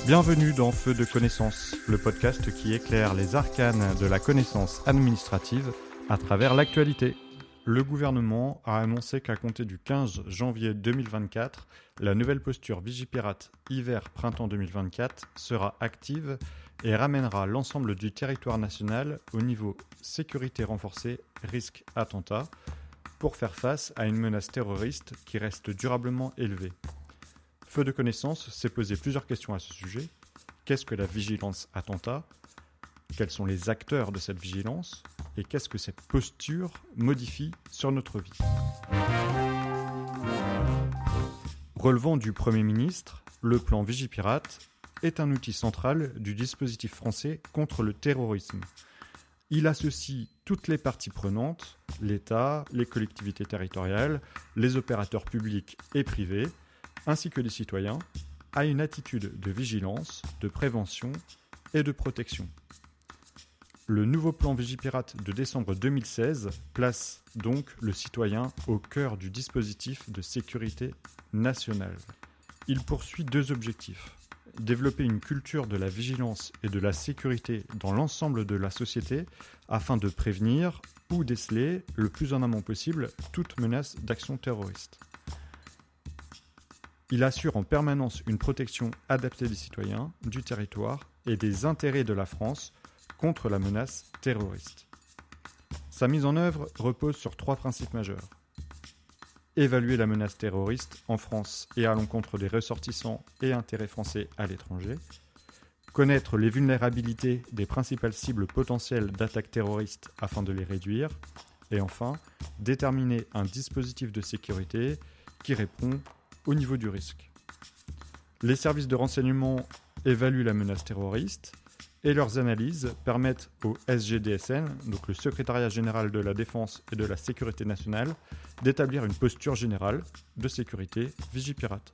Bienvenue dans Feu de connaissance, le podcast qui éclaire les arcanes de la connaissance administrative à travers l'actualité. Le gouvernement a annoncé qu'à compter du 15 janvier 2024, la nouvelle posture Vigipirate hiver-printemps 2024 sera active et ramènera l'ensemble du territoire national au niveau sécurité renforcée, risque attentat, pour faire face à une menace terroriste qui reste durablement élevée. Feu de connaissance s'est posé plusieurs questions à ce sujet. Qu'est-ce que la vigilance attentat ? Quels sont les acteurs de cette vigilance ? Et qu'est-ce que cette posture modifie sur notre vie ? Relevant du Premier ministre, le plan Vigipirate est un outil central du dispositif français contre le terrorisme. Il associe toutes les parties prenantes, l'État, les collectivités territoriales, les opérateurs publics et privés, ainsi que les citoyens, à une attitude de vigilance, de prévention et de protection. Le nouveau plan Vigipirate de décembre 2016 place donc le citoyen au cœur du dispositif de sécurité nationale. Il poursuit deux objectifs. Développer une culture de la vigilance et de la sécurité dans l'ensemble de la société afin de prévenir ou déceler le plus en amont possible toute menace d'action terroriste. Il assure en permanence une protection adaptée des citoyens, du territoire et des intérêts de la France contre la menace terroriste. Sa mise en œuvre repose sur trois principes majeurs. Évaluer la menace terroriste en France et à l'encontre des ressortissants et intérêts français à l'étranger. Connaître les vulnérabilités des principales cibles potentielles d'attaques terroristes afin de les réduire. Et enfin, déterminer un dispositif de sécurité qui répond au niveau du risque. Les services de renseignement évaluent la menace terroriste et leurs analyses permettent au SGDSN, donc le Secrétariat général de la Défense et de la Sécurité nationale, d'établir une posture générale de sécurité Vigipirate.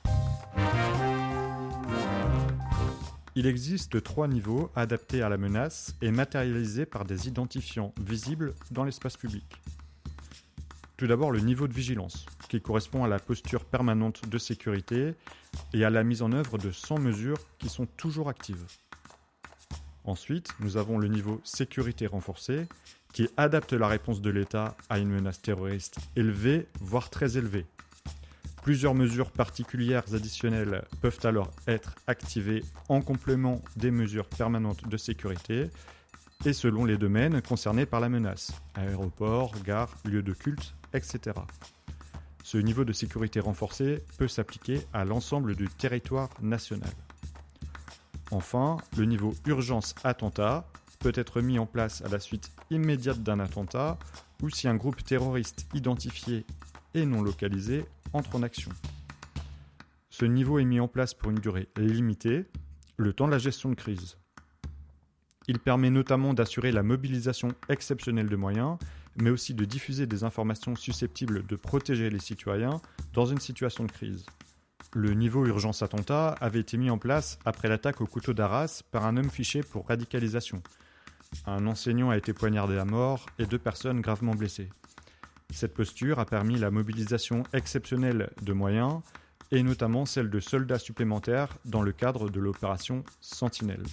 Il existe trois niveaux adaptés à la menace et matérialisés par des identifiants visibles dans l'espace public. Tout d'abord, le niveau de vigilance, qui correspond à la posture permanente de sécurité et à la mise en œuvre de 100 mesures qui sont toujours actives. Ensuite, nous avons le niveau sécurité renforcée, qui adapte la réponse de l'État à une menace terroriste élevée, voire très élevée. Plusieurs mesures particulières additionnelles peuvent alors être activées en complément des mesures permanentes de sécurité et selon les domaines concernés par la menace, aéroports, gares, lieux de culte, etc. Ce niveau de sécurité renforcée peut s'appliquer à l'ensemble du territoire national. Enfin, le niveau urgence attentat peut être mis en place à la suite immédiate d'un attentat ou si un groupe terroriste identifié et non localisé entre en action. Ce niveau est mis en place pour une durée limitée, le temps de la gestion de crise. Il permet notamment d'assurer la mobilisation exceptionnelle de moyens, mais aussi de diffuser des informations susceptibles de protéger les citoyens dans une situation de crise. Le niveau urgence attentat avait été mis en place après l'attaque au couteau d'Arras par un homme fiché pour radicalisation. Un enseignant a été poignardé à mort et 2 personnes gravement blessées. Cette posture a permis la mobilisation exceptionnelle de moyens et notamment celle de soldats supplémentaires dans le cadre de l'opération Sentinelle.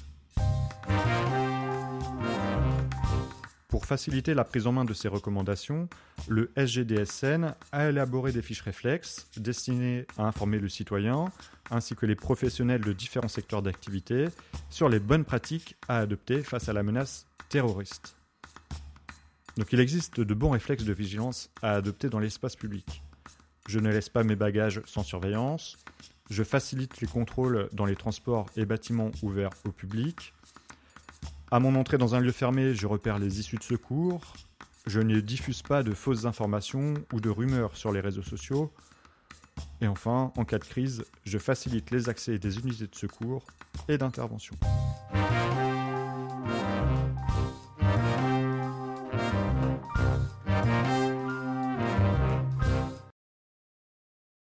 Pour faciliter la prise en main de ces recommandations, le SGDSN a élaboré des fiches réflexes destinées à informer le citoyen, ainsi que les professionnels de différents secteurs d'activité, sur les bonnes pratiques à adopter face à la menace terroriste. Donc il existe de bons réflexes de vigilance à adopter dans l'espace public. Je ne laisse pas mes bagages sans surveillance, je facilite les contrôles dans les transports et bâtiments ouverts au public. À mon entrée dans un lieu fermé, je repère les issues de secours. Je ne diffuse pas de fausses informations ou de rumeurs sur les réseaux sociaux. Et enfin, en cas de crise, je facilite les accès des unités de secours et d'intervention.